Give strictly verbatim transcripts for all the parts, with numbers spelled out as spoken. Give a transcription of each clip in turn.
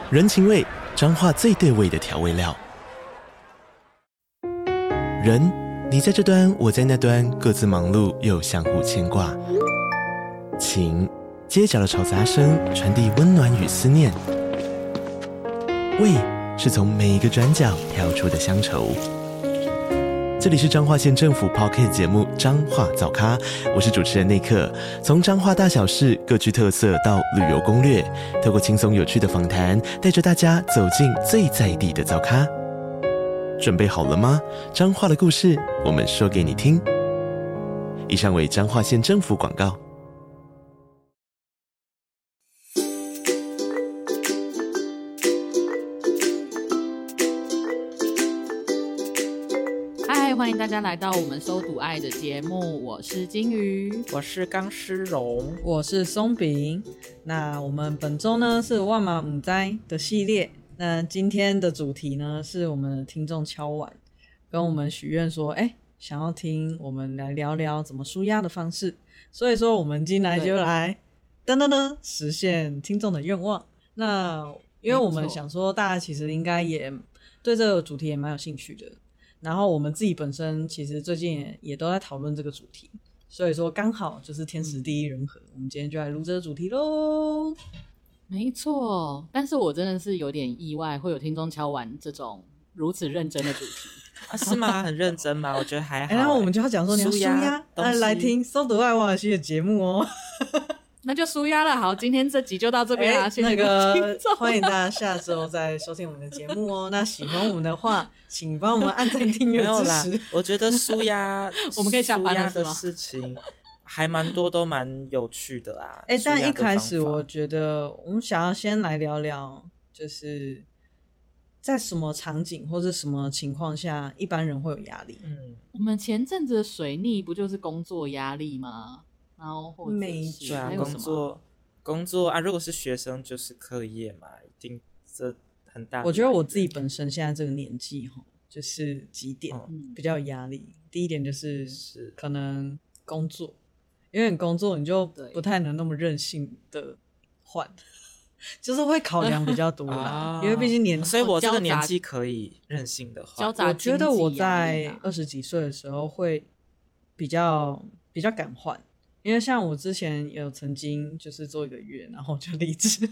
人情味，彰化最对味的调味料。人，你在这端，我在那端，各自忙碌又相互牵挂。情，街角的吵杂声传递温暖与思念。味，是从每一个转角跳出的乡愁。这里是彰化县政府 Podcast 节目《彰化早咖》，我是主持人内克。从彰化大小事各具特色到旅游攻略，透过轻松有趣的访谈，带着大家走进最在地的早咖。准备好了吗？彰化的故事，我们说给你听。以上为彰化县政府广告。 欢迎大家来到我们搜读爱的节目，我是金鱼， 我是钢丝绒， 我是松饼。那我们本周呢是万马母灾的系列，那今天的主题呢是我们的听众敲碗跟我们许愿说，哎，想要听我们来聊聊怎么抒压的方式，所以说我们今天就来噔噔噔实现听众的愿望。那因为我们想说大家其实应该也对这个主题也蛮有兴趣的，然后我们自己本身其实最近 也, 也都在讨论这个主题，所以说刚好就是天时地利人和、嗯、我们今天就来录这个主题咯。 没错，但是我真的是有点意外会有听众敲完这种如此认真的主题啊，是吗？很认真吗？我觉得还好、欸、 然后我们就要讲说你要抒压，来来听搜读爱瓦尔西的节目哦那就抒压了。好，今天这集就到这边啦、欸、谢谢那个欢迎大家下周再收听我们的节目哦那喜欢我们的话请帮我们按赞订阅支持。 我觉得抒压我们可以下班了的事情还蛮多，都蛮有趣的啊。 哎、欸，但一开始我觉得我们想要先来聊聊，就是在什么场景或者什么情况下一般人会有压力。 嗯，我们前阵子的水逆不就是工作压力吗？然后或者是对啊，工作工作啊，如果是学生就是课业嘛，一定这很大。 我觉得我自己本身现在这个年纪就是几点、嗯、比较有压力。第一点就是可能工作，因为你工作你就不太能那么任性的换，就是会考量比较多啦、啊、因为毕竟年所以我这个年纪可以任性的换。 我觉得我在二十几岁的时候会比较比较敢换，因为像我之前有曾经就是做一个月然后就离职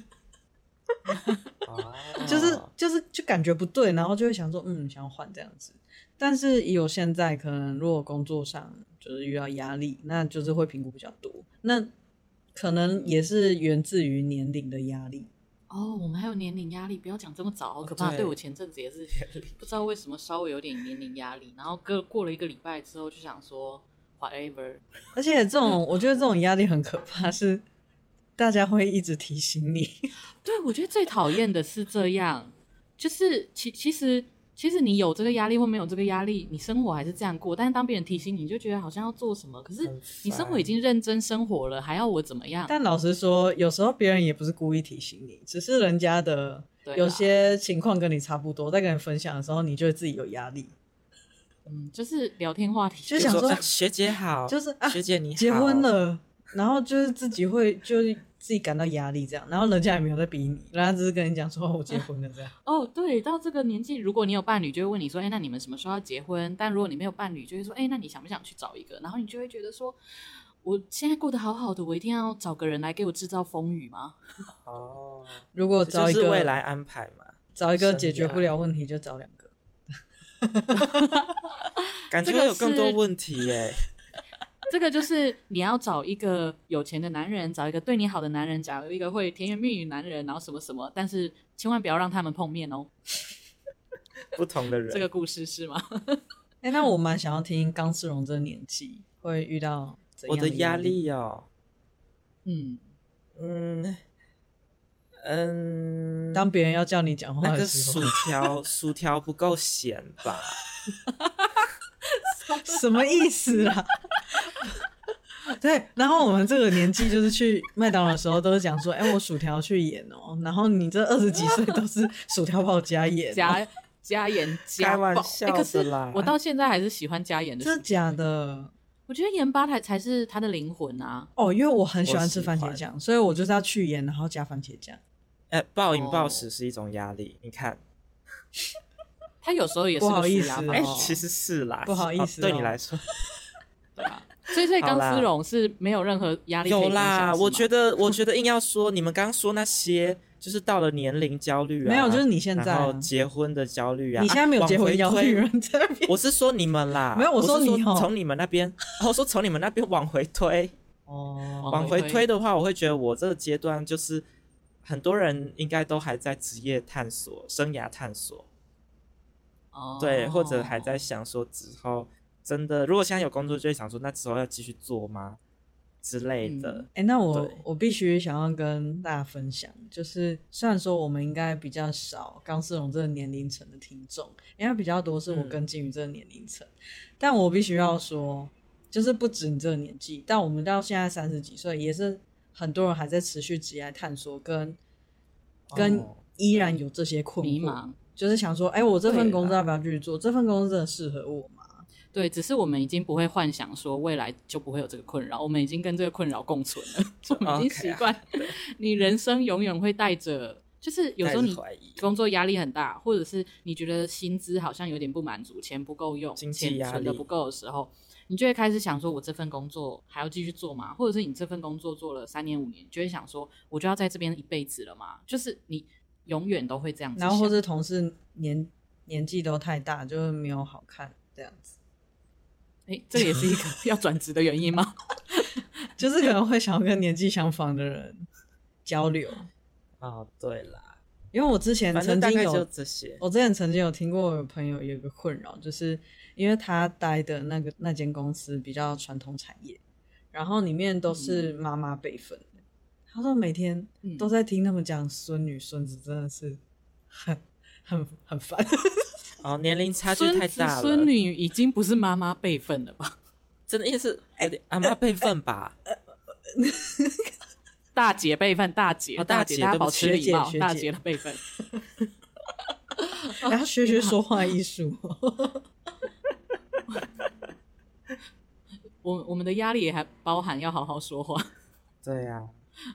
就是就是就感觉不对，然后就会想说嗯想要换这样子。但是以我现在可能如果工作上就是遇到压力，那就是会评估比较多，那可能也是源自于年龄的压力。 哦，我们还有年龄压力，不要讲这么早，好可怕。 对, 对我前阵子也是不知道为什么稍微有点年龄压力，然后过了一个礼拜之后就想说whatever。 而且这种我觉得这种压力很可怕，是大家会一直提醒你对，我觉得最讨厌的是这样，就是其其实其实你有这个压力或没有这个压力，你生活还是这样过，但是当别人提醒你，你就觉得好像要做什么，可是你生活已经认真生活了，还要我怎么样？ 但老实说有时候别人也不是故意提醒你，只是人家的有些情况跟你差不多，在跟你分享的时候你就会自己有压力。 嗯，就是聊天话题就想说、 啊、学姐好， 就是、啊、 学姐你好， 结婚了，然后就是自己会就是自己感到压力这样，然后人家也没有在逼你，人家只是跟你讲说我结婚了这样哦，对，到这个年纪如果你有伴侣就会问你说哎，那你们什么时候要结婚？但如果你没有伴侣就会说哎，那你想不想去找一个？然后你就会觉得说我现在过得好好的，我一定要找个人来给我制造风雨吗？ 哦， 如果找一个就是未来安排嘛， 找一个解决不了问题就找两个感觉会有更多问题耶这个就是你要找一个有钱的男人，找一个对你好的男人，找一个会甜言蜜语男人，然后什么什么，但是千万不要让他们碰面哦。 不同的人， 这个故事是吗？ 欸、那我蛮想要听钢丝绒这个年纪会遇到怎样的压力。 我的压力哦， 嗯嗯嗯， 当别人要叫你讲话的时候， 那个薯条薯条不够咸吧？ 什么意思啊？对，然后我们这个年纪就是去麦当劳的时候都是讲说哎、欸，我薯条去盐哦，然后你这二十几岁都是薯条包加盐、哦、 加加盐加开玩笑的啦、欸、可是我到现在还是喜欢加盐的。 真的假的？ 我觉得盐巴才才是它的灵魂啊。 哦，因为我很喜欢吃番茄酱，所以我就是要去盐然后加番茄酱。 哎、 呃，暴饮暴食是一种压力，你看。 他有时候也是不好意思哦个舒压方哎、 式其实是啦， 不好意思哦哦对你来说对啊，所以所以钢丝绒是没有任何压力可以有分享啦。 是吗我觉得，我觉得硬要说，你们刚刚说那些，就是到了年龄焦虑啊， 没有就是你现在啊然后结婚的焦虑啊， 你现在没有结婚焦虑， 啊往回推人在那边我是说你们啦， 没有我说是你哦从你们那边，哦我说从你们那边往回推， 哦， 往回推的话，我会觉得我这个阶段就是很多人应该都还在职业探索、生涯探索， 哦对，或者还在想说之后真的，如果现在有工作，就会想说那之后要继续做吗之类的。 嗯哎、那我对我必须想要跟大家分享，就是虽然说我们应该比较少钢丝绒这个年龄层的听众，因为比较多是我跟金鱼这个年龄层，但我必须要说，就是不止你这个年纪，但我们到现在三十几岁，也是很多人还在持续职业探索跟，跟哦依然有这些困惑， 迷茫。 就是想说，哎、我这份对啦工作要不要继续做？这份工作真的适合我吗？ 对，只是我们已经不会幻想说未来就不会有这个困扰，我们已经跟这个困扰共存了，就我们已经习惯。你人生永远会带着，就是有时候你带着怀疑工作压力很大，或者是你觉得薪资好像有点不满足，钱不够用， 经济压力钱存的不够的时候，你就会开始想说，我这份工作还要继续做吗？或者是你这份工作做了三年五年，就会想说，我就要在这边一辈子了吗？就是你永远都会这样子想。 然后或是同事年年纪都太大，就是没有好看这样子。 哎，这也是一个要转职的原因吗？ 就是可能会想要跟年纪相仿的人交流， 哦，对啦， 因为我之前反正大概就曾经有， 这些。 我之前曾经有听过我有朋友有一个困扰，就是因为他待的那个那间公司比较传统产业，然后里面都是妈妈辈分的，他说每天都在听他们讲孙女孙子，真的是很很很烦。 哦，年龄差距太大了， 孙子孙女已经不是妈妈辈分了吧？ 真的也是有点阿妈辈分吧？ 大姐辈分，大姐， 哦大姐姐，大家保持礼貌对不起学姐学姐， 大姐的辈分。 然后学学说话艺术。 我我们的压力也还包含要好好说话。 对啊，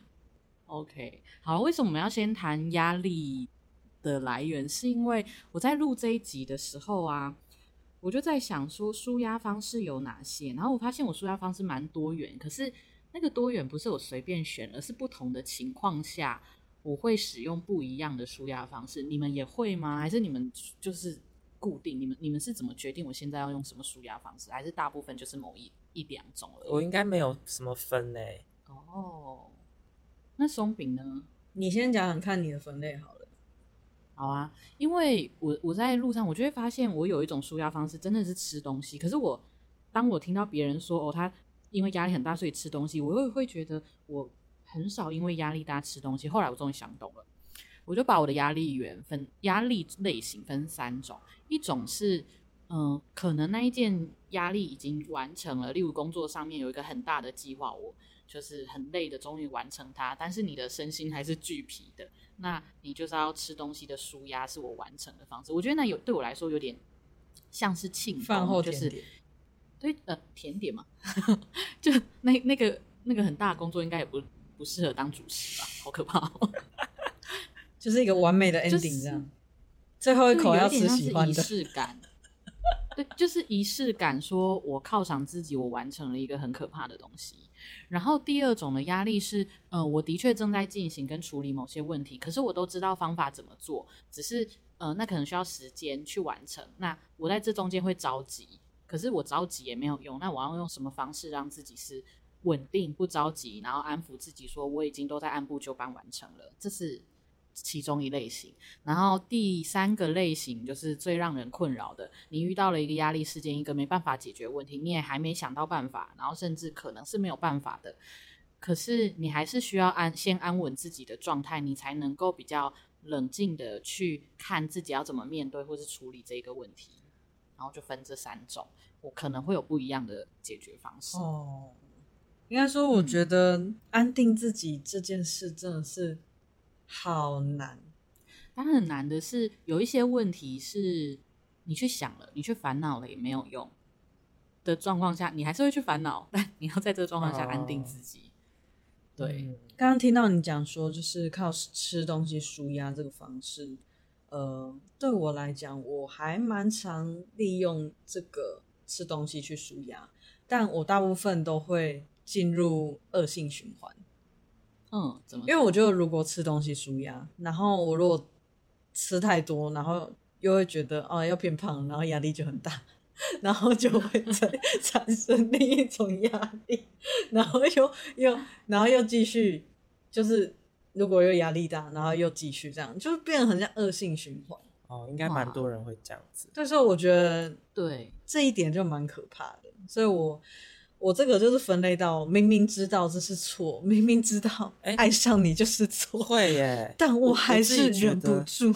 OK， 好，为什么我们要先谈压力的来源？是因为我在录这一集的时候啊，我就在想说抒压方式有哪些，然后我发现我抒压方式蛮多元，可是那个多元不是我随便选，而是不同的情况下我会使用不一样的抒压方式。你们也会吗？还是你们就是固定？你们你们是怎么决定我现在要用什么抒压方式？还是大部分就是某一一两种而已？ 我应该没有什么分诶、 哦，那松饼呢？ 你先讲讲看你的分类好了。 好啊，因为我我在路上，我就会发现我有一种抒压方式，真的是吃东西。可是我当我听到别人说哦，他因为压力很大，所以吃东西，我又会觉得我很少因为压力大吃东西。后来我终于想懂了，我就把我的压力源分压力类型分三种，一种是嗯、呃，可能那一件压力已经完成了，例如工作上面有一个很大的计划，我就是很累的终于完成它，但是你的身心还是俱疲的，那你就是要吃东西的抒压是我完成的方式。我觉得那有对我来说有点像是庆功， 饭后就是甜点， 对呃甜点嘛，就那那个那个很大的工作应该也不不适合当主食吧，好可怕哦。 就是一个完美的就是 ending 这样。最后一口要吃喜欢仪的， 式感。对，就是仪式感，说我犒赏自己，我完成了一个很可怕的东西。然后第二种的压力是，呃，我的确正在进行跟处理某些问题，可是我都知道方法怎么做，只是呃，那可能需要时间去完成。那我在这中间会着急，可是我着急也没有用。那我要用什么方式让自己是稳定不着急，然后安抚自己说我已经都在按部就班完成了，这是其中一类型。然后第三个类型就是最让人困扰的，你遇到了一个压力事件，一个没办法解决问题，你也还没想到办法，然后甚至可能是没有办法的，可是你还是需要安先安稳自己的状态，你才能够比较冷静的去看自己要怎么面对或是处理这个问题。然后就分这三种，我可能会有不一样的解决方式。 哦，应该说，我觉得安定自己这件事真的是好难。 但很难的是，有一些问题是你去想了，你去烦恼了也没有用的状况下，你还是会去烦恼，但你要在这个状况下安定自己。 哦、 对， 嗯刚刚听到你讲说，就是靠吃东西舒压这个方式，呃，对我来讲，我还蛮常利用这个吃东西去舒压，但我大部分都会进入恶性循环。 嗯，怎么因为我觉得如果吃东西舒压，然后我如果吃太多，然后又会觉得哦要变胖，然后压力就很大，然后就会再产生另一种压力，然后又又然后又继续，就是如果又压力大，然后又继续这样，就变得很像恶性循环。 哦，应该蛮多人会这样子。 所以说我觉得对这一点就蛮可怕的，所以我我这个就是分类到明明知道这是错，明明知道哎爱上你就是错， 会耶， 但我还是我自己觉忍不得住。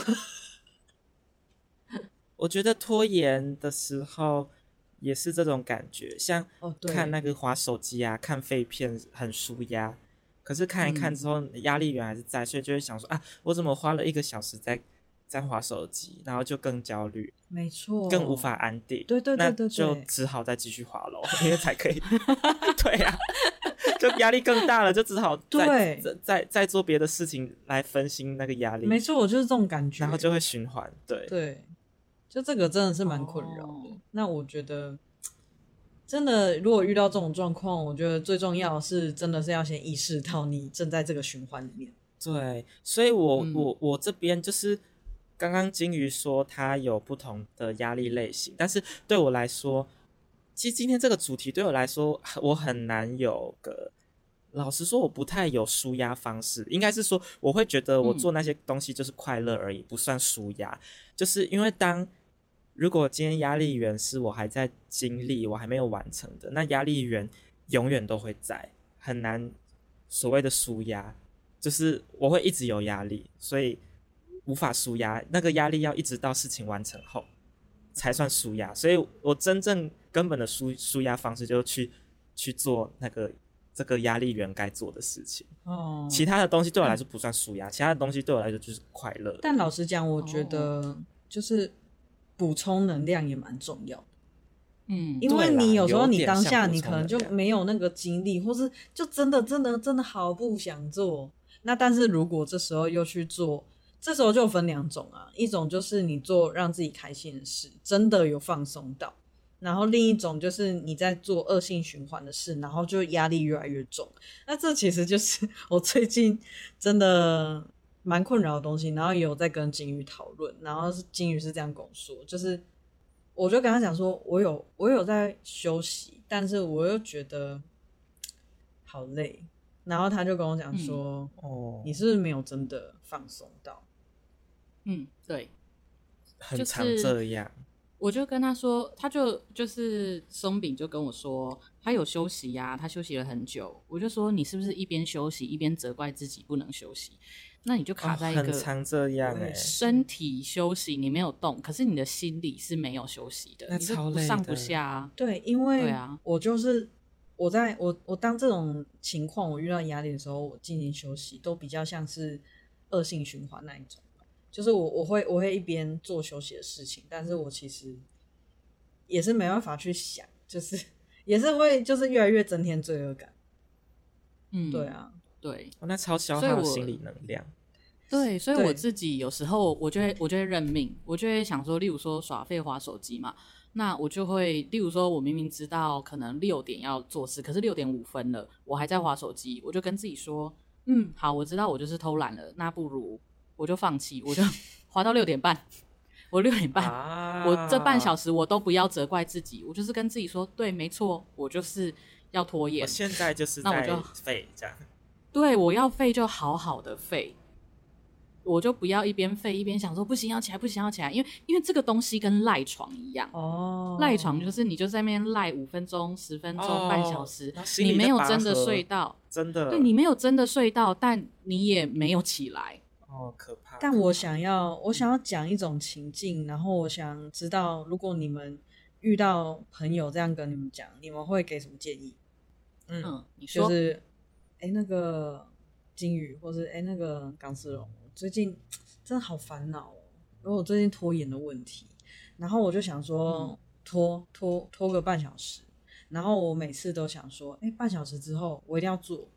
我觉得拖延的时候也是这种感觉，像哦对看那个滑手机啊，看废片很舒压，可是看一看之后压力源还是在，所以就会想说啊，我怎么花了一个小时在在滑手机，然后就更焦虑， 没错， 更无法安定。 对对对对对那就只好再继续滑喽，因为才可以。对呀、啊，就压力更大了，就只好再对再再再做别的事情来分心那个压力， 没错，我就是这种感觉， 然后就会循环。对对，就这个真的是蛮困扰的。 哦那我觉得，真的如果遇到这种状况，我觉得最重要的是，真的是要先意识到你正在这个循环里面。 对，所以我、 嗯我我这边就是刚刚金鱼说它有不同的压力类型，但是对我来说，其实今天这个主题对我来说，我很难有个。老实说，我不太有舒压方式，应该是说，我会觉得我做那些东西就是快乐而已，不算舒压。就是因为当如果今天压力源是我还在经历，我还没有完成的，那压力源永远都会在，很难所谓的舒压。就是我会一直有压力，所以无法舒压。那个压力要一直到事情完成后才算舒压。所以我真正根本的舒舒压方式就是去去做那个这个压力源该做的事情。 哦， 其他的东西对我来说不算舒压，其他的东西对我来说就是快乐。 但老实讲，我觉得就是补充能量也蛮重要的。 嗯， 因为你有时候你当下有点像补你可能就充能量没有那个精力，或是就真的真的真的好不想做。那但是如果这时候又去做，这时候就分两种啊，一种就是你做让自己开心的事，真的有放松到，然后另一种就是你在做恶性循环的事，然后就压力越来越重。那这其实就是我最近真的蛮困扰的东西，然后也有在跟金鱼讨论，然后金鱼是这样跟我说，就是我就跟他讲说，我有我有在休息，但是我又觉得好累，然后他就跟我讲说， 哦， 你是不是没有真的放松到？ 嗯，对， 很常这样。 我就跟他说，他就就是松饼就跟我说，他有休息呀、他休息了很久。我就说，你是不是一边休息一边责怪自己不能休息？那你就卡在一个哦很常这样哎、 身体休息，你没有动，可是你的心理是没有休息的， 那你就超累的不上不下啊。 对，因为对啊我就是我在我我当这种情况我遇到压力的时候，我进行休息都比较像是恶性循环那一种。就是我我会我会一边做休息的事情，但是我其实也是没办法去想，就是也是会就是越来越增添罪恶感。 嗯， 对，啊， 对哦那超消所以我耗心理能量。 对，所以对我自己有时候我就会我就会认命，我就会想说，例如说耍废滑手机嘛，那我就会，例如说我明明知道可能六点要做事，可是六点五分了，我还在滑手机，我就跟自己说，嗯，好，我知道我就是偷懒了，那不如我就放弃，我就滑到六点半，我六点半， 啊我这半小时我都不要责怪自己，我就是跟自己说，对，没错，我就是要拖延我，现在就是在那我就废这样。 对，我要废就好好的废，我就不要一边废一边想说不行要起来，不行要起来，因为因为这个东西跟赖床一样， 哦， 赖床就是你就在那边赖五分钟、十分钟、 哦半小时然后，心里你没有在拔真的河睡到， 真的， 对你没有真的睡到，但你也没有起来。 哦，可怕。 但我想要，我想要讲一种情境，然后我想知道，如果你们遇到朋友这样跟你们讲，你们会给什么建议？ 嗯， 嗯，你说， 就是，哎，那个金鱼，或是哎那个钢丝绒，最近真的好烦恼哦，因为我最近拖延的问题，然后我就想说嗯拖拖拖个半小时，然后我每次都想说，哎，半小时之后我一定要做。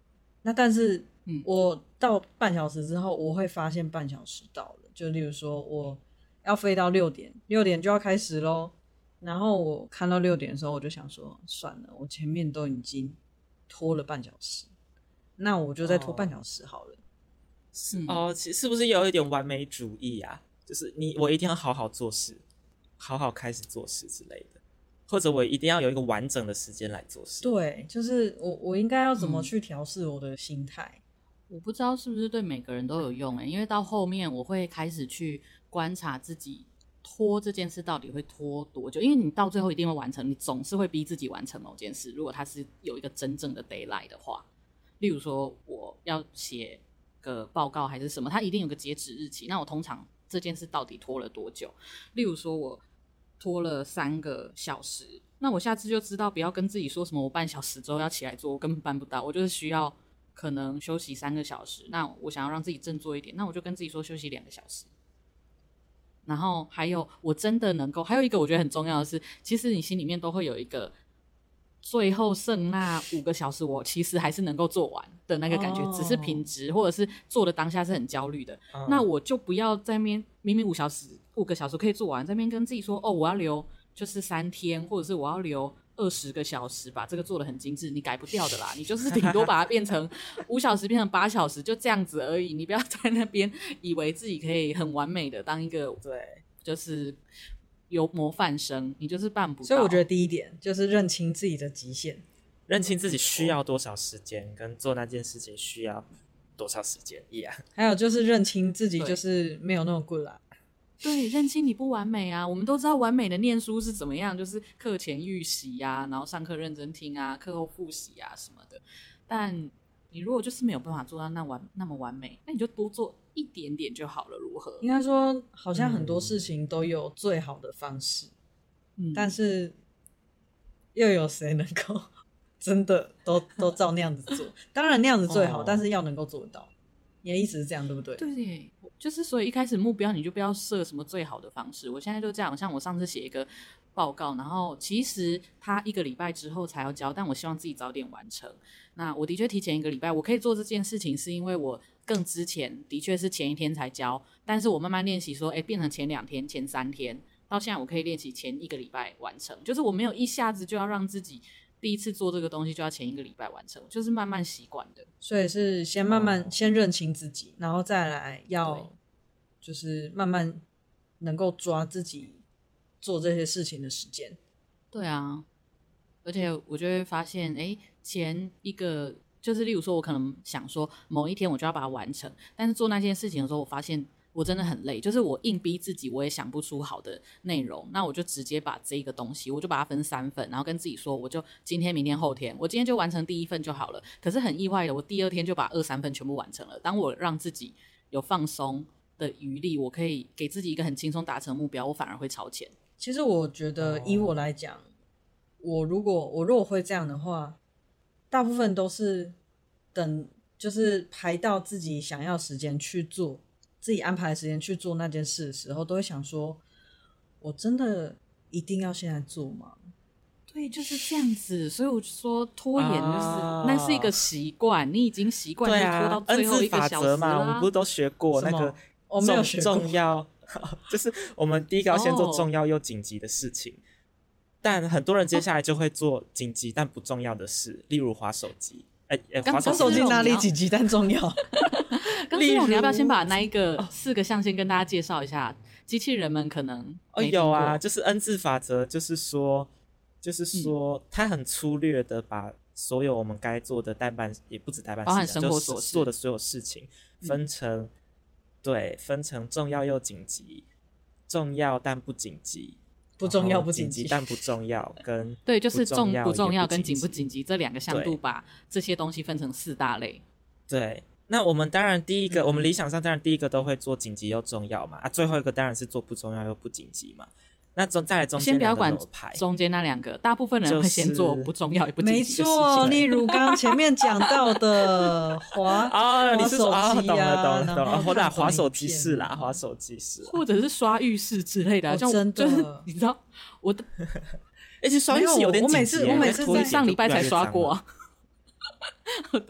那但是嗯我到半小时之后，我会发现半小时到了，就例如说我要飞到六点，六点就要开始咯，然后我看到六点的时候，我就想说算了，我前面都已经拖了半小时，那我就再拖半小时好了。 是、 嗯哦，其实是不是有一点完美主义啊？就是你我一定要好好做事，好好开始做事之类的，或者我一定要有一个完整的时间来做事。 对，就是我我应该要怎么去调试我的心态？ 我不知道是不是对每个人都有用、欸、因为到后面我会开始去观察自己拖这件事到底会拖多久，因为你到最后一定会完成，你总是会逼自己完成某件事，如果它是有一个真正的 deadline 的话，例如说我要写个报告还是什么，它一定有个截止日期，那我通常这件事到底拖了多久，例如说我拖了三个小时，那我下次就知道不要跟自己说什么我半小时之后要起来做，我根本办不到，我就是需要可能休息三个小时，那我想要让自己振作一点，那我就跟自己说休息两个小时。然后还有我真的能够，还有一个我觉得很重要的是，其实你心里面都会有一个最后剩那五个小时我其实还是能够做完的那个感觉、哦、只是品质或者是做的当下是很焦虑的、哦、那我就不要在那边明明五小时五个小时可以做完，在那边跟自己说哦我要留就是三天，或者是我要留二十个小时把这个做得很精致，你改不掉的啦，你就是顶多把它变成五小时变成八小时，就这样子而已，你不要在那边以为自己可以很完美的当一个对就是有模范生，你就是办不到。 所以我觉得第一点就是认清自己的极限， 认清自己需要多少时间跟做那件事情需要多少时间一样。 还有就是认清自己就是没有那么 good 啦， 对，认清你不完美啊，我们都知道完美的念书是怎么样，就是课前预习啊，然后上课认真听啊，课后复习啊什么的，但你如果就是没有办法做到那完那么完美，那你就多做一点点就好了，如何？ 应该说好像很多事情都有最好的方式、嗯、但是又有谁能够真的都都照那样子做？当然那样子最好、哦、但是要能够做到，你的意思是这样对不对？ 对，就是所以一开始目标你就不要设什么最好的方式，我现在就这样，像我上次写一个报告，然后其实他一个礼拜之后才要交，但我希望自己早点完成，那我的确提前一个礼拜我可以做这件事情，是因为我更之前的确是前一天才交，但是我慢慢练习说诶变成前两天前三天，到现在我可以练习前一个礼拜完成，就是我没有一下子就要让自己第一次做这个东西就要前一个礼拜完成，就是慢慢习惯的。 所以是先慢慢、哦、先认清自己，然后再来要就是慢慢能够抓自己做这些事情的时间。 对啊，而且我就会发现诶前一个就是例如说我可能想说某一天我就要把它完成，但是做那件事情的时候我发现我真的很累，就是我硬逼自己我也想不出好的内容，那我就直接把这个东西我就把它分三份，然后跟自己说我就今天明天后天我今天就完成第一份就好了，可是很意外的我第二天就把二三份全部完成了。当我让自己有放松的余力，我可以给自己一个很轻松达成目标，我反而会超前。 其实我觉得以我来讲、哦、我如果我如果会这样的话，大部分都是等就是排到自己想要时间去做，自己安排的时间去做那件事的时候，都会想说我真的一定要现在做吗？ 对，就是这样子。所以我就说拖延就是、啊、那是一个习惯，你已经习惯就拖到最后一个小时了、啊、 嘛，我们不是都学过那个我没有学过重要就是我们第一个要先做重要又紧急的事情、哦、但很多人接下来就会做紧急但不重要的事、哦、例如滑手机。哎、欸，滑手机哪里紧急但重要？ 刚思荣，你要不要先把那一个四个象限跟大家介绍一下？机器人们可能哦有啊，就是 N 字法则，就是说，就是说，它很粗略的把所有我们该做的代办，也不止代办事，包含生活琐事做的所有事情，分成、嗯、对，分成重要又紧急，重要但不紧急。 不重要不紧急但不重要跟对，就是重不重要跟紧不紧急这两个向度，把这些东西分成四大类。 对，那我们当然第一个、嗯、我们理想上当然第一个都会做紧急又重要嘛，啊，最后一个当然是做不重要又不紧急嘛。那中再来中间先不要管中间那两个，大部分人会先做不重要也不紧急的事情。 没错，例如刚刚前面讲到的滑啊，你是说啊，懂了懂了懂了， 或者滑手机是啦，滑手机是， 或者是刷浴室之类的、啊， 哦、真的， 就是你知道我的， 而且刷浴室有点紧急， 我每次我每次在上礼拜才刷过啊。对，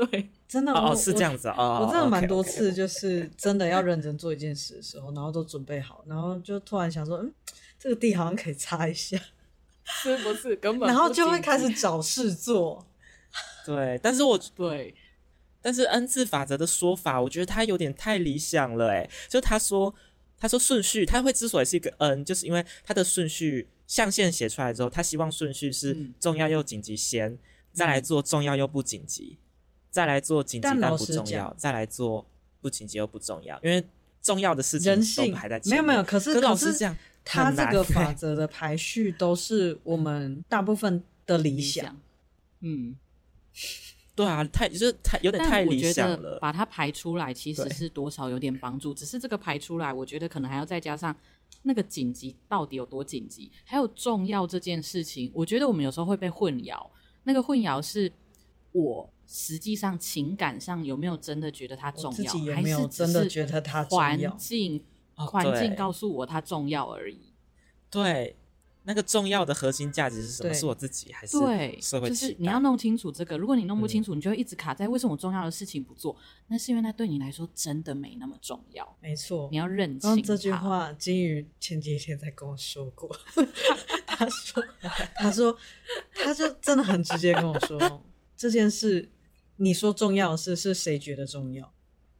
真的哦我哦是这样子哦， 我真的蛮 OK，OK， 多次就是真的要认真做一件事的时候，然后都准备好，然后就突然想说，嗯，这个地好像可以擦一下， 是不是根本不然后就会紧急开始找事做。 对，但是我对。 但是 N 字法则的说法，我觉得他有点太理想了，哎，就他说他说顺序，他会之所以是一个 N， 就是因为他的顺序象限写出来之后，他希望顺序是重要又紧急先，嗯、再来做重要又不紧急，再来做紧急但不重要，再来做不紧急又不重要，因为重要的事情都排在前面。 没有没有，可是可是老师讲， 他这个法则的排序都是我们大部分的理想， 嗯。 对啊，太就是太有点太理想了。 我觉得把它排出来其实是多少有点帮助，只是这个排出来，我觉得可能还要再加上那个紧急到底有多紧急，还有重要这件事情。我觉得我们有时候会被混淆，那个混淆是我实际上情感上有没有真的觉得它重要， 自己有没有真的觉得它重要？ 环境环境告诉我它重要而已。 对。那个重要的核心价值是什么？是我自己还是社会期待？ 就是你要弄清楚这个。如果你弄不清楚，嗯、你就会一直卡在为什么重要的事情不做？那是因为那对你来说真的没那么重要。 没错， 你要认清。 然后这句话，金鱼前几天才跟我说过。他说：“他说，他就真的很直接跟我说，这件事你说重要的事是谁觉得重要？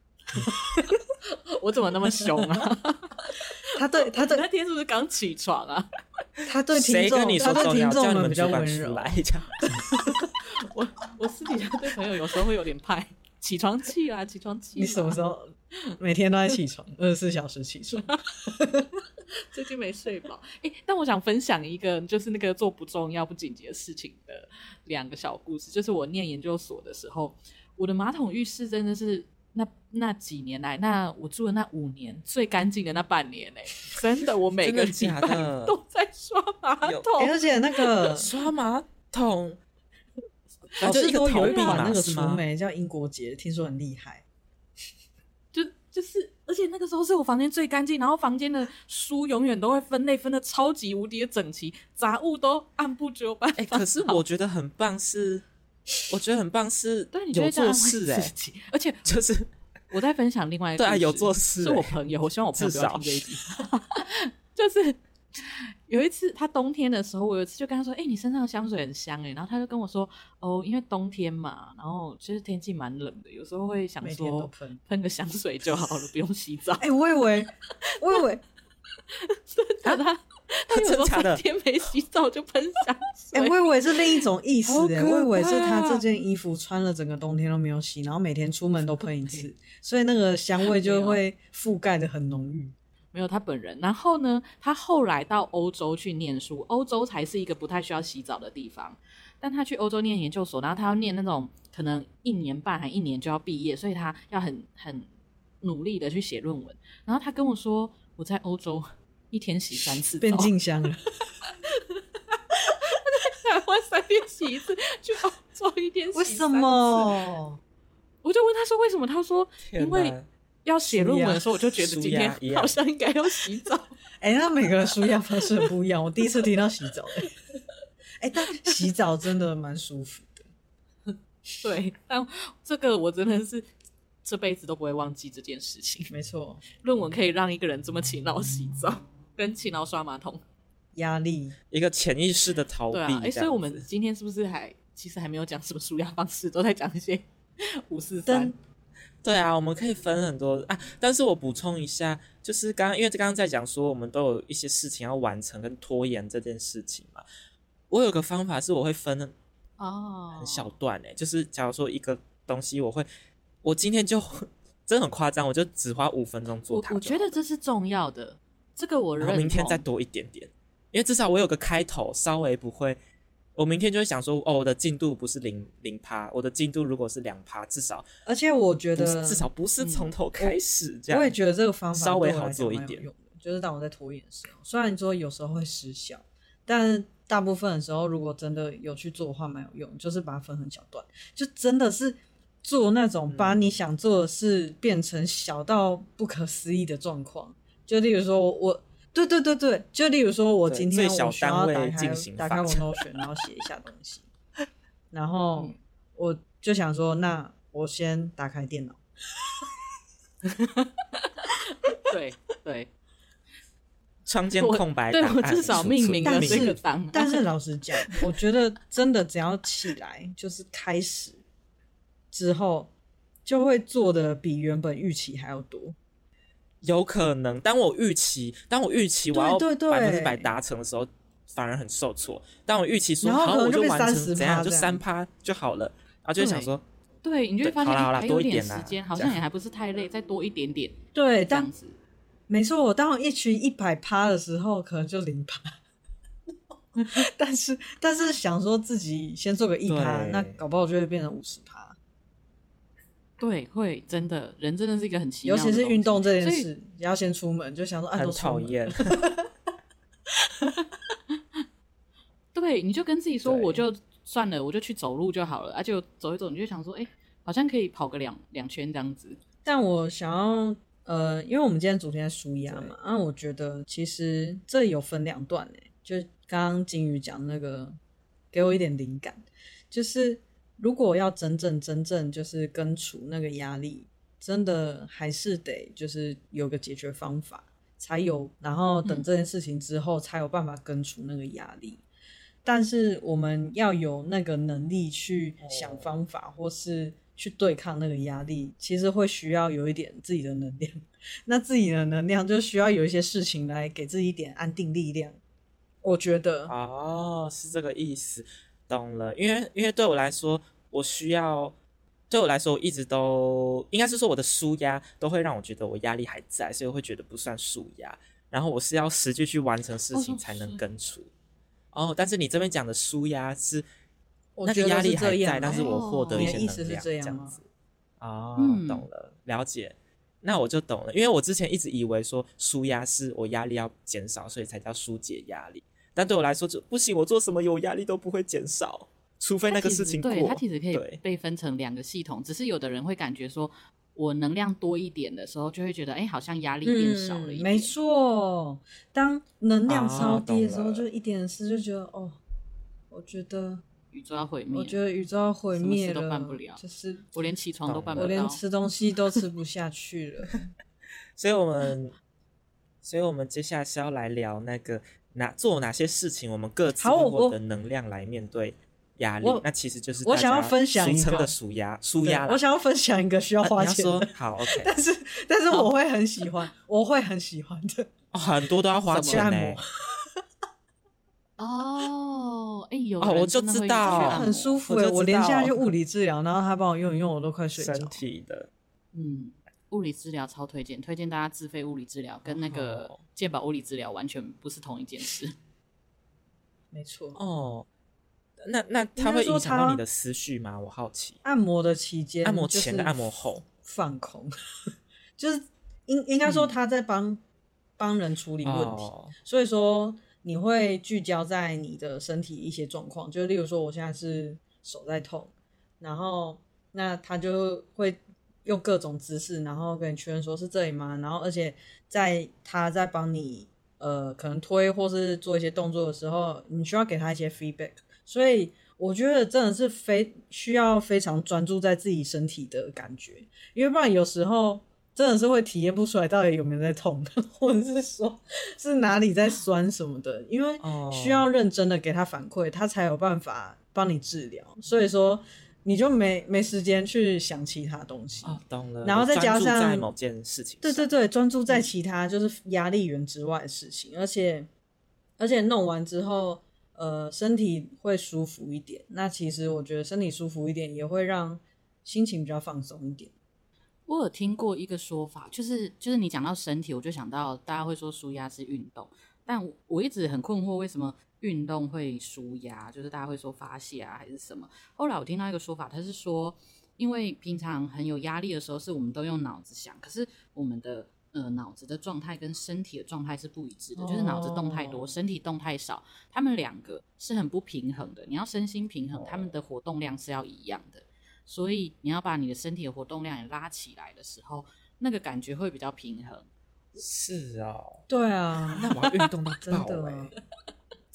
我怎么那么凶啊？” 他对他对那天是不是刚起床啊？ 他对听众，他对听众们比较温柔。 我我私底下对朋友有时候会有点派起床气啊，起床气。 你什么时候每天都在起床？二十四小时起床？ 最近没睡饱。哎、欸，但我想分享一个，就是那个做不重要不紧急的事情的两个小故事。就是我念研究所的时候，我的马桶浴室真的是。那那几年来，那我住的那五年最干净的那半年嘞、欸，真的，我每个礼拜都在刷马桶， 欸、而且那个刷马桶， 老师说有一款那个除霉叫英国洁，听说很厉害。 就就是，而且那个时候是我房间最干净，然后房间的书永远都会分类分的超级无敌的整齐，杂物都按部就班。 哎、欸，可是我觉得很棒是。我觉得很棒是有做事哎、欸， 而且就是我在分享另外一个对啊有做事、欸， 是我朋友，我希望我朋友不要听这一集。就是有一次他冬天的时候，我有一次就跟他说：“哎、欸，你身上的香水很香哎、欸。”然后他就跟我说：“哦，因为冬天嘛，然后其实天气蛮冷的，有时候会想说喷个香水就好了，不用洗澡。” 哎、欸，我以为，我以为真的他。他有时候三天没洗澡就喷香水， 哎、欸，我以为是另一种意思哎、欸，我以为是他这件衣服穿了整个冬天都没有洗，然后每天出门都喷一次，所以那个香味就会覆盖的很浓郁。 没有他本人，然后呢，他后来到欧洲去念书，欧洲才是一个不太需要洗澡的地方，但他去欧洲念研究所，然后他要念那种可能一年半还一年就要毕业，所以他要很很努力的去写论文。然后他跟我说，我在欧洲。一天洗三次澡， 变静香了。 台湾三天洗一次，去欧洲一天洗三次。 为什么？ 我就问他说为什么？他说因为要写论文的时候，我就觉得今天好像应该要洗澡。 哎、欸，那每个人舒压方式很不一样。我第一次听到洗澡、欸，哎、欸，但洗澡真的蛮舒服的。 对，但这个我真的是。这辈子都不会忘记这件事情。 没错， 论文可以让一个人这么勤劳洗澡，跟勤劳刷马桶， 压力一个潜意识的逃避。 对啊，哎、欸，所以我们今天是不是还其实还没有讲什么舒压方式，都在讲一些五四三。 对啊，我们可以分很多啊。但是我补充一下，就是刚刚因为刚刚在讲说我们都有一些事情要完成跟拖延这件事情嘛。我有个方法是我会分哦很小段哎、欸，就是假如说一个东西我会。我今天就真的很夸张，我就只花五分钟做它。 我觉得这是重要的，这个我认同。 然后明天再多一点点，因为至少我有个开头，稍微不会。我明天就会想说，哦，我的进度不是零零趴，我的进度如果是两趴，至少。 而且我觉得至少不是从头开始、嗯、这样。 我也觉得这个方法稍微好做一点。 就是当我在拖延的时候，虽然说有时候会失效，但大部分的时候，如果真的有去做的话，蛮有用。就是把它分很小段，就真的是。做那种把你想做的事变成小到不可思议的状况，就例如说我，我对对对对，就例如说我今天我需要打开打开我 Notion， 然后写一下东西，然后我就想说，那我先打开电脑。 对对， 窗间空白对档案我至少命名了但这个是档案。 但是老实讲，我觉得真的只要起来，就是开始之后，就会做的比原本预期还要多。 有可能，当我预期，当我预期我要对对对百分之百达成的时候，反而很受挫。当我预期说然后好， 可能就变我完成 30% 怎样，就这样三趴就好了，然后就会想说， 对，你就会发现对好啦好啦哎还有多一点啦点时间，好像也还不是太累，再多一点点， 对，当这样子。 没错，我当我一群一百趴的时候，可能就零趴。但是但是想说自己先做个一趴， 对那搞不好就会变成五十趴。 对，会真的，人真的是一个很奇妙尤的东西， 其是运动这件所以事，也要先出门，就想说啊， 很都出门。 讨厌。 对，你就跟自己说， 对我就算了，我就去走路就好了，而、啊、且走一走，你就想说，哎、欸，好像可以跑个两两圈这样子。 但我想要呃，因为我们今天主题在舒压嘛，那、啊、我觉得其实这有分两段诶，就刚刚金鱼讲那个，给我一点灵感，就是如果要真正真正就是根除那个压力，真的还是得就是有个解决方法才有，然后等这件事情之后才有办法根除那个压力。但是我们要有那个能力去想方法，或是去对抗那个压力，其实会需要有一点自己的能量。那自己的能量就需要有一些事情来给自己一点安定力量。我觉得哦，是这个意思，懂了。因为因为对我来说，我需要对我来说，我一直都应该是说我的抒压都会让我觉得我压力还在，所以我会觉得不算抒压。然后我是要实际去完成事情才能根除。哦，但是你这边讲的抒压是那个压力还在，但是我获得一些能量， 你的意思是这样吗？ 子哦， 嗯， 懂了，了解。那我就懂了，因为我之前一直以为说抒压是我压力要减少，所以才叫疏解压力。但对我来说就不行，我做什么有压力都不会减少，除非那个事情过。 对，它其实可以被分成两个系统，只是有的人会感觉说，我能量多一点的时候，就会觉得，哎、欸，好像压力变少了一点。 嗯、没错，当能量超低的时候， 啊、 就一点事就觉得，哦，我觉得宇宙要毁灭， 我觉得宇宙要毁灭了， 什么事都办不了， 就是我连起床都办不到， 我连吃东西都吃不下去了。 所以我们，所以我们接下来是要来聊那个哪做哪些事情，我们各自会获得能量来面对压力。那其实就是我想要分享一个俗称的舒压，舒压。 我想要分享一个需要花钱的。 啊、你要说好 ，OK。 但是但是我会很喜欢，我会很喜欢的。 哦、很多都要花钱呢、欸。 哦，哎、欸，有哦，我就知道， 很舒服哎、欸，我连下去物理治疗，然后他帮我用一用，我都快睡着。 身体的， 嗯，物理治疗超推荐，推荐大家自费物理治疗，跟那个健保物理治疗完全不是同一件事。 没错。 哦，那那它会影响到你的思绪吗？我好奇。 按摩的期间， 按摩前跟按摩后放空，就是应应该说他在帮帮、嗯、人处理问题，哦、所以说。你会聚焦在你的身体一些状况，就例如说我现在是手在痛，然后那他就会用各种姿势，然后跟你确认说是这里吗？然后而且在他在帮你呃可能推或是做一些动作的时候，你需要给他一些 feedback， 所以我觉得真的是非需要非常专注在自己身体的感觉，因为不然有时候。真的是会体验不出来到底有没有在痛，或者是说是哪里在酸什么的，因为需要认真的给他反馈，他才有办法帮你治疗。所以说你就没没时间去想其他东西。 哦，懂了。 然后再加上专注在某件事情上。 对对对，专注在其他就是压力源之外的事情，嗯、而且而且弄完之后，呃，身体会舒服一点。那其实我觉得身体舒服一点，也会让心情比较放松一点。 我有听过一个说法，就是就是你讲到身体，我就想到大家会说舒压是运动，但 我, 我一直很困惑，为什么运动会舒压？就是大家会说发泄啊，还是什么？后来我听到一个说法，他是说，因为平常很有压力的时候，是我们都用脑子想，可是我们的呃脑子的状态跟身体的状态是不一致的，哦、就是脑子动太多，身体动太少，他们两个是很不平衡的。你要身心平衡，他们的活动量是要一样的。所以你要把你的身体的活动量也拉起来的时候，那个感觉会比较平衡。 是哦， 对啊， 那我要运动到爆真的、 欸、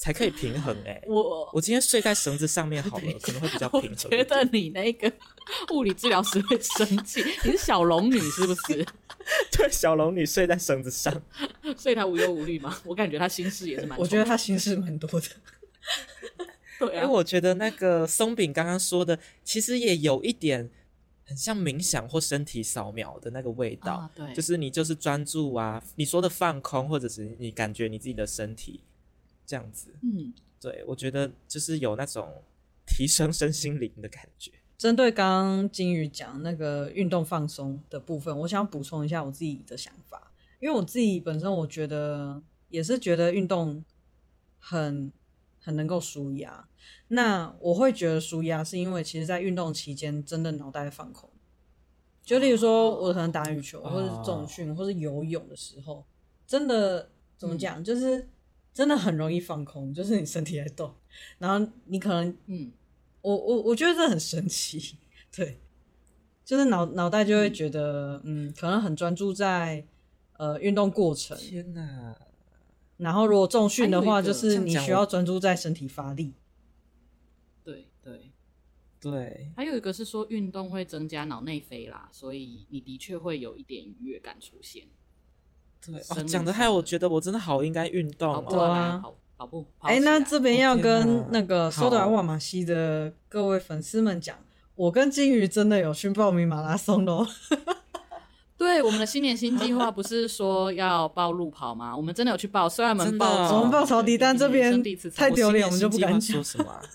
才可以平衡哎、欸。 我我今天睡在绳子上面好了，可能会比较平衡。 我觉得你那个物理治疗师会生气，你是小龙女是不是？ 对，小龙女睡在绳子上， 所以她无忧无虑吗？我感觉她心事也是蛮…… 我觉得她心事蛮多的。 对啊， 因为我觉得那个松饼刚刚说的，其实也有一点很像冥想或身体扫描的那个味道。 啊、对， 就是你就是专注啊，你说的放空，或者是你感觉你自己的身体这样子。 嗯， 对，我觉得就是有那种提升身心灵的感觉。 针对刚刚金鱼讲那个运动放松的部分，我想补充一下我自己的想法，因为我自己本身我觉得也是觉得运动很很能够舒压。那我会觉得舒压是因为其实在运动期间真的脑袋放空，就例如说我可能打羽球、 哦、 或者是重训或是游泳的时候，真的怎么讲、嗯、就是真的很容易放空，就是你身体在动，然后你可能嗯我我我觉得这很神奇，对，就是脑脑袋就会觉得嗯, 嗯可能很专注在呃运动过程。 天哪！ 然后如果重训的话，就是你需要专注在身体发力。 对对对， 还有一个是说运动会增加脑内啡啦，所以你的确会有一点愉悦感出现。 对，哦，讲的害我觉得我真的好应该运动哦。 跑步啊，跑跑步。 哎、欸，那这边要跟那个苏达瓦马西的各位粉丝们讲，我跟金鱼真的有去报名马拉松咯。 对，我们的新年新计划不是说要报路跑吗？我们真的有去报，虽然我们报我们报草地，但这边太丢脸，我们就不敢讲。 说什么、啊？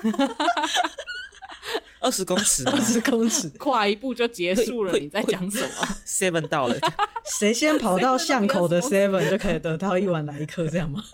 二十公尺吗？ 二十公尺， 跨一步就结束了。你在讲什么 ？Seven 到了， 谁先跑到巷口的 Seven 就可以得到一碗来客，这样吗？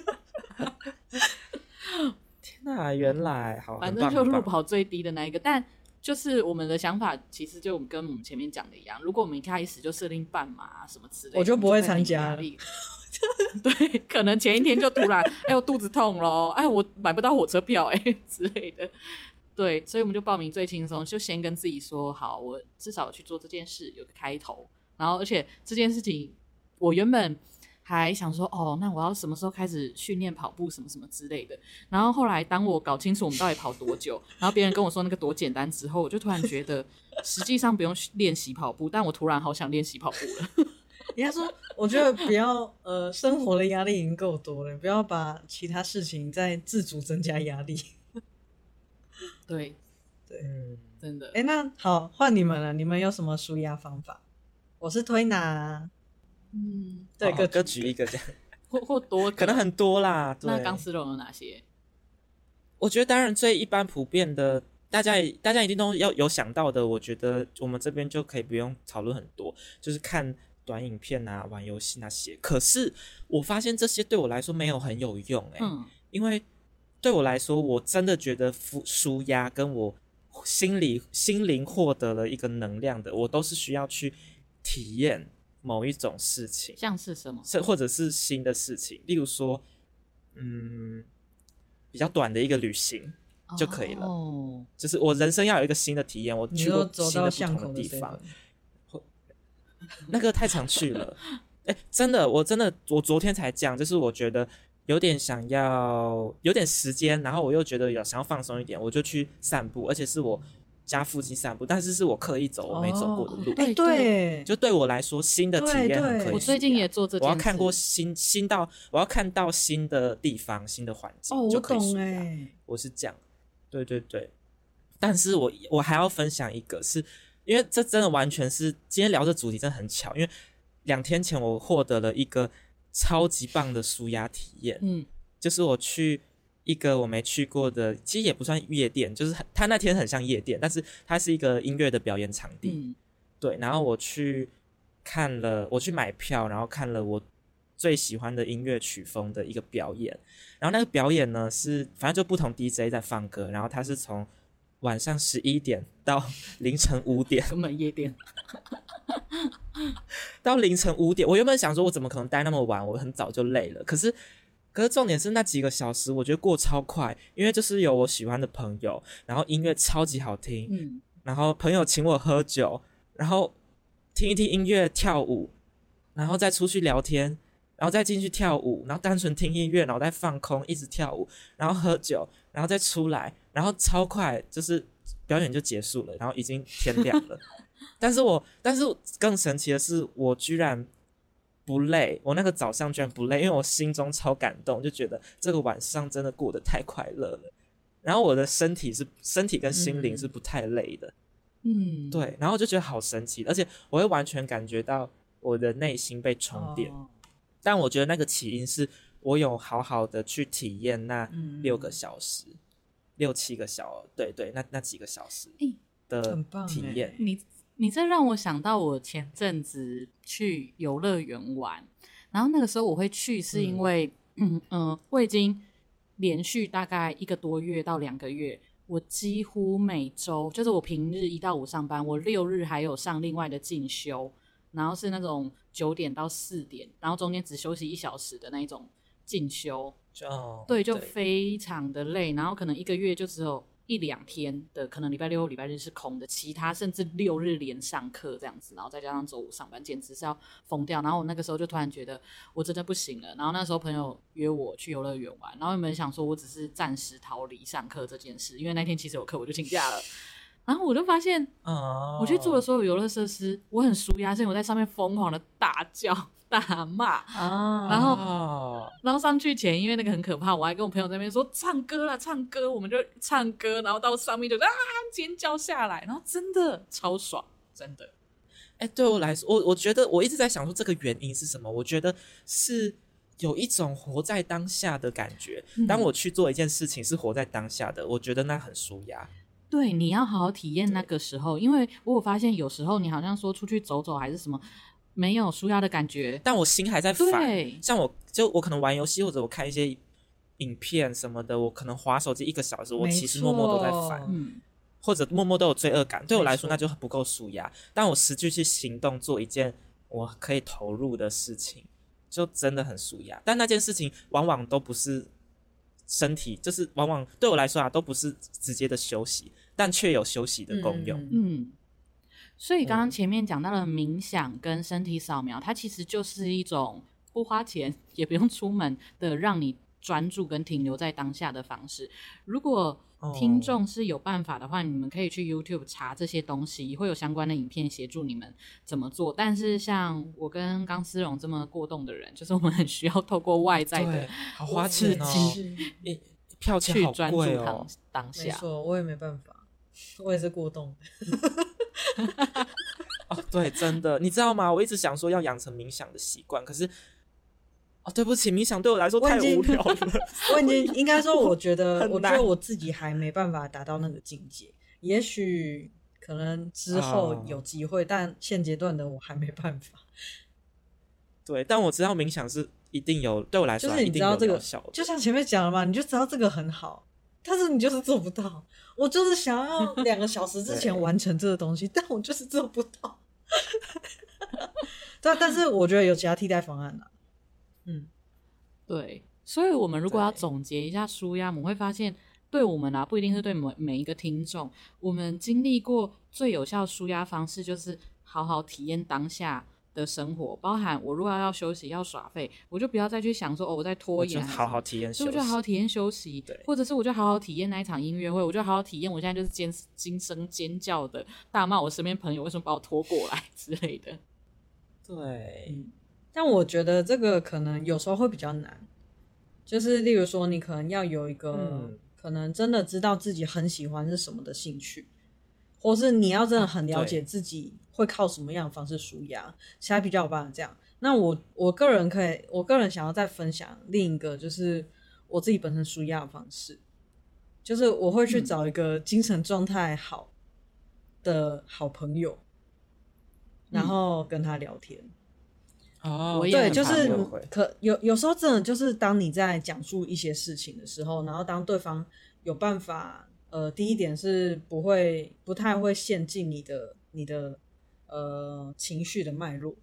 天哪，原来好， 反正就路跑最低的那一个，但。就是我们的想法，其实就跟我们前面讲的一样。如果我们一开始就设定半马什么之类的， 我就不会参加了。 对，可能前一天就突然，哎，我肚子痛咯，哎，我买不到火车票，哎之类的。对，所以我们就报名最轻松，就先跟自己说好，我至少去做这件事，有个开头。然后，而且这件事情，我原本还想说，哦，那我要什么时候开始训练跑步什么什么之类的。然后后来当我搞清楚我们到底跑多久，然后别人跟我说那个多简单之后，我就突然觉得实际上不用练习跑步，但我突然好想练习跑步了。 人家说我觉得不要呃，生活的压力已经够多了，不要把其他事情再自主增加压力。 对对、 嗯、真的。 哎、欸，那好，换你们了，你们有什么舒压方法？我是推拿。 嗯， 对，各各举一个这样， 或或多可能很多啦。对， 那钢丝绒有哪些？ 我觉得当然最一般普遍的，大家大家一定都要有想到的。我觉得我们这边就可以不用讨论很多，就是看短影片啊、玩游戏那些。可是我发现这些对我来说没有很有用哎、欸嗯，因为对我来说，我真的觉得舒压跟我心理心灵获得了一个能量的，我都是需要去体验。某一种事情， 像是什么， 或者是新的事情，例如说，嗯，比较短的一一个旅行就可以了。哦，就是我人生要有一个新的体验，我去过新的不同的地方。那个太常去了，哎、欸，真的，我真的，我昨天才讲，就是我觉得有点想要有点时间，然后我又觉得有想要放松一点，我就去散步，而且是我。家附近散步，但是是我刻意走我没走过的路。 哎、哦，对， 就对我来说，新的体验很可以。 我最近也做这件事。 我要看过新新到，我要看到新的地方、新的环境， 哦， 就可以我懂哎， 我是这样，对对对。但是我我还要分享一个是，因为这真的完全是今天聊这主题真的很巧，因为两天前我获得了一个超级棒的舒压体验，嗯，就是我去。一个我没去过的，其实也不算夜店，就是它那天很像夜店，但是它是一个音乐的表演场地、嗯、对，然后我去看了我去买票，然后看了我最喜欢的音乐曲风的一个表演，然后那个表演呢是反正就不同 D J 在放歌，然后它是从晚上十一点到凌晨五点， 根本夜店到凌晨五点，我原本想说我怎么可能待那么晚，我很早就累了，可是可是重点是那几个小时我觉得过超快，因为就是有我喜欢的朋友，然后音乐超级好听、嗯、然后朋友请我喝酒，然后听一听音乐跳舞，然后再出去聊天，然然后再进去跳舞，然后单纯听音乐，然后再放空，一直跳舞，然后喝酒，然后再出来，然后超快就是表演就结束了，然后已经天亮了。但是我，但是更神奇的是，我居然不累，我那个早上居然不累，因为我心中超感动，就觉得这个晚上真的过得太快乐了。然后我的身体是身体跟心灵是不太累的， 嗯， 对，然后我就觉得好神奇，而且我会完全感觉到我的内心被充电。 哦但我觉得那个起因是我有好好的去体验那六个小时，嗯、六七个小，对对，那那几个小时的体验。 你你这让我想到我前阵子去游乐园玩，然后那个时候我会去是因为，嗯嗯、呃，我已经连续大概一个多月到两个月，我几乎每周就是我平日一到五上班，我六日还有上另外的进修。然后是那种九点到四点，然后中间只休息一小时的那一种进修， 哦、 对，就非常的累。然后可能一个月就只有一两天的，可能礼拜六、礼拜日是空的，其他甚至六日连上课这样子，然后再加上周五上班，简直是要疯掉。然后我那个时候就突然觉得我真的不行了。然后那时候朋友约我去游乐园玩，然后原本想说我只是暂时逃离上课这件事，因为那天其实有课，我就请假了。然后我就发现，哦、我去做的所有游乐设施，我很舒压，所以我在上面疯狂的大叫大骂， 啊， 然后，然后上去前，因为那个很可怕，我还跟我朋友在那边说唱歌啦，唱歌，我们就唱歌，然后到上面就啊尖叫下来，然后真的超爽，真的。 哎，对我来说，我我觉得我一直在想说这个原因是什么？我觉得是有一种活在当下的感觉。嗯、当我去做一件事情是活在当下的，我觉得那很舒压。 对，你要好好体验那个时候，因为我有发现有时候你好像说出去走走还是什么，没有舒压的感觉， 但我心还在烦。 对， 像我就我可能玩游戏或者我看一些影片什么的，我可能滑手机一个小时，我其实默默都在烦，嗯，或者默默都有罪恶感。对我来说，那就不够舒压。但我实际去行动做一件我可以投入的事情，就真的很舒压。但那件事情往往都不是身体，就是往往对我来说啊，都不是直接的休息。但却有休息的功用。 嗯，嗯，所以刚刚前面讲到了冥想跟身体扫描，它其实就是一种不花钱也不用出门的让你专注跟停留在当下的方式。如果听众是有办法的话，哦、你们可以去 YouTube 查这些东西，会有相关的影片协助你们怎么做。但是像我跟钢丝绒这么过动的人，就是我们很需要透过外在的好花钱哦，票钱好贵哦， 去当下。 没错，我也没办法，我也是过动哦，对，真的，你知道吗？我一直想说要养成冥想的习惯，可是，哦，对不起，冥想对我来说太无聊了。 我已经应该说，我觉得，我觉得我自己还没办法达到那个境界。也许可能之后有机会，哦、但现阶段的我还没办法。 对，但我知道冥想是一定有，对我来说就是你知道这个， 效果就像前面讲了嘛，你就知道这个很好，但是你就是做不到。我就是想要两个小时之前完成这个东西，但我就是做不到。对，但是我觉得有其他替代方案啦。嗯， 对，所以我们如果要总结一下舒压，我们会发现，对我们啊，不一定是对每每一个听众，我们经历过最有效舒压方式就是好好体验当下的生活，包含我如果要休息要耍废，我就不要再去想说哦我在拖延， 我就好好体验休息， 所以我就好好体验休息，或者是我就好好体验那一场音乐会，我就好好体验我现在就是尖惊声尖叫的大骂我身边朋友为什么把我拖过来之类的。 对、 嗯，但我觉得这个可能有时候会比较难，就是例如说你可能要有一个、嗯、可能真的知道自己很喜欢是什么的兴趣，或是你要真的很了解自己会靠什么样的方式舒压，才比较有办法这样。那我我个人可以，我个人想要再分享另一个，就是我自己本身舒压的方式，就是我会去找一个精神状态好的好朋友，嗯、然后跟他聊天。 哦， 对，就是可有有时候真的就是当你在讲述一些事情的时候，然后当对方有办法，呃，第一点是不会不太会陷进你的你的呃情绪的脉络，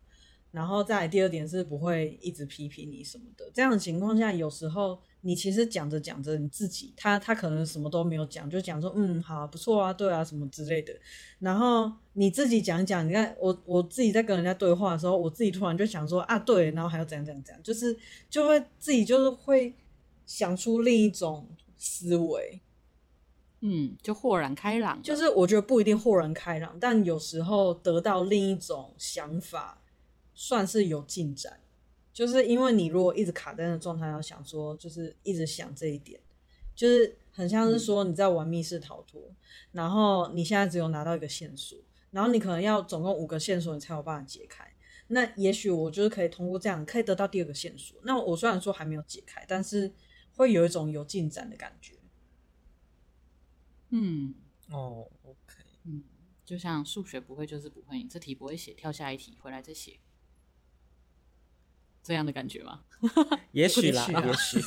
然后再来第二点是不会一直批评你什么的。这样的情况下，有时候你其实讲着讲着，你自己他他可能什么都没有讲，就讲说嗯好不错啊，对啊什么之类的。然后你自己讲讲，你看我我自己在跟人家对话的时候，我自己突然就想说啊对，然后还要怎样怎样怎样，就是就会自己就是会想出另一种思维。 嗯，就豁然开朗了， 就是我觉得不一定豁然开朗，但有时候得到另一种想法，算是有进展。就是因为你如果一直卡在那个状态，要想说，就是一直想这一点，就是很像是说你在玩密室逃脱，嗯、然后你现在只有拿到一个线索，然后你可能要总共五个线索，你才有办法解开。那也许我就是可以通过这样，可以得到第二个线索。那我虽然说还没有解开，但是会有一种有进展的感觉。 嗯， 哦 ，OK， 嗯，就像数学不会就是不会，你这题不会写，跳下一题回来再写，这样的感觉吗？ 也许啦，也许。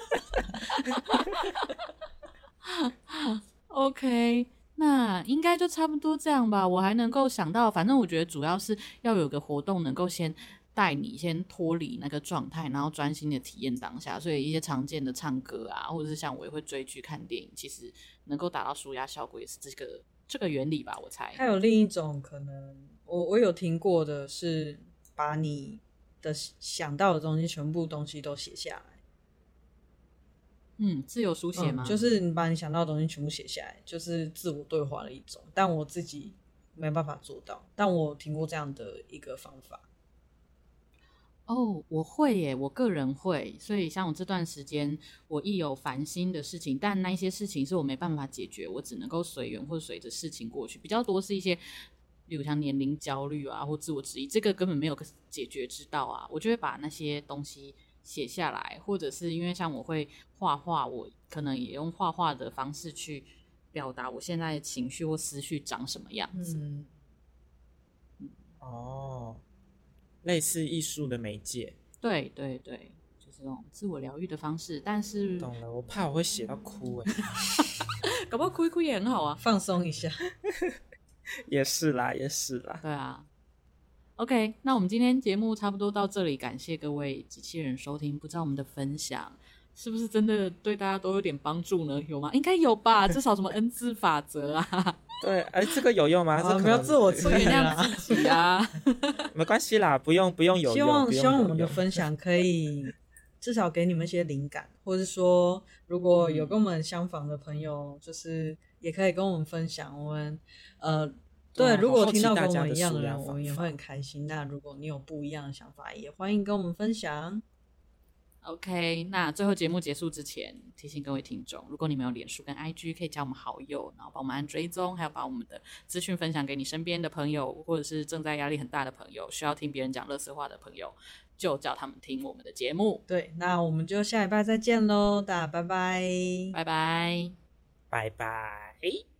OK， 那应该就差不多这样吧。我还能够想到，反正我觉得主要是要有个活动能够先带你先脱离那个状态，然后专心的体验当下。所以一些常见的唱歌啊，或者是像我也会追剧看电影，其实能够达到舒压效果，也是这个这个原理吧，我猜。 还有另一种可能，我我有听过的是，把你的想到的东西全部东西都写下来。 嗯，自由书写吗、 嗯？就是你把你想到的东西全部写下来，就是自我对话的一种。但我自己没办法做到，但我听过这样的一个方法。 哦，我会耶，我个人会，所以像我这段时间，我一有烦心的事情，但那些事情是我没办法解决，我只能够随缘或随着事情过去，比较多是一些，比如像年龄焦虑啊，或自我质疑，这个根本没有解决之道啊，我就会把那些东西写下来，或者是因为像我会画画，我可能也用画画的方式去表达我现在的情绪或思绪长什么样子。 嗯， 哦。类似艺术的媒介， 对对对，就是这种自我疗愈的方式。但是懂了，我怕我会写到哭哎， 搞不好哭一哭也很好啊， 放松一下。 也是啦，也是啦。 对啊。OK， 那我们今天节目差不多到这里，感谢各位机器人收听。不知道我们的分享是不是真的对大家都有点帮助呢？有吗？应该有吧，至少什么 N 字法则啊。 对，哎，这个有用吗？ 啊，不要自我质疑啦， 自己啊， 没关系啦，不用不用有用。 希望希望我们的分享可以至少给你们一些灵感，或者说如果有跟我们相仿的朋友，就是也可以跟我们分享。我们呃，对， 啊、 如果听到跟我们一样的人，我们也会很开心。那如果你有不一样的想法，也欢迎跟我们分享。 OK， 那最后节目结束之前，提醒各位听众，如果你们有脸书跟 I G， 可以加我们好友，然后帮我们按追踪，还有把我们的资讯分享给你身边的朋友，或者是正在压力很大的朋友，需要听别人讲垃圾话的朋友，就叫他们听我们的节目。 对，那我们就下礼拜再见喽，大家拜拜， 拜拜， 拜拜。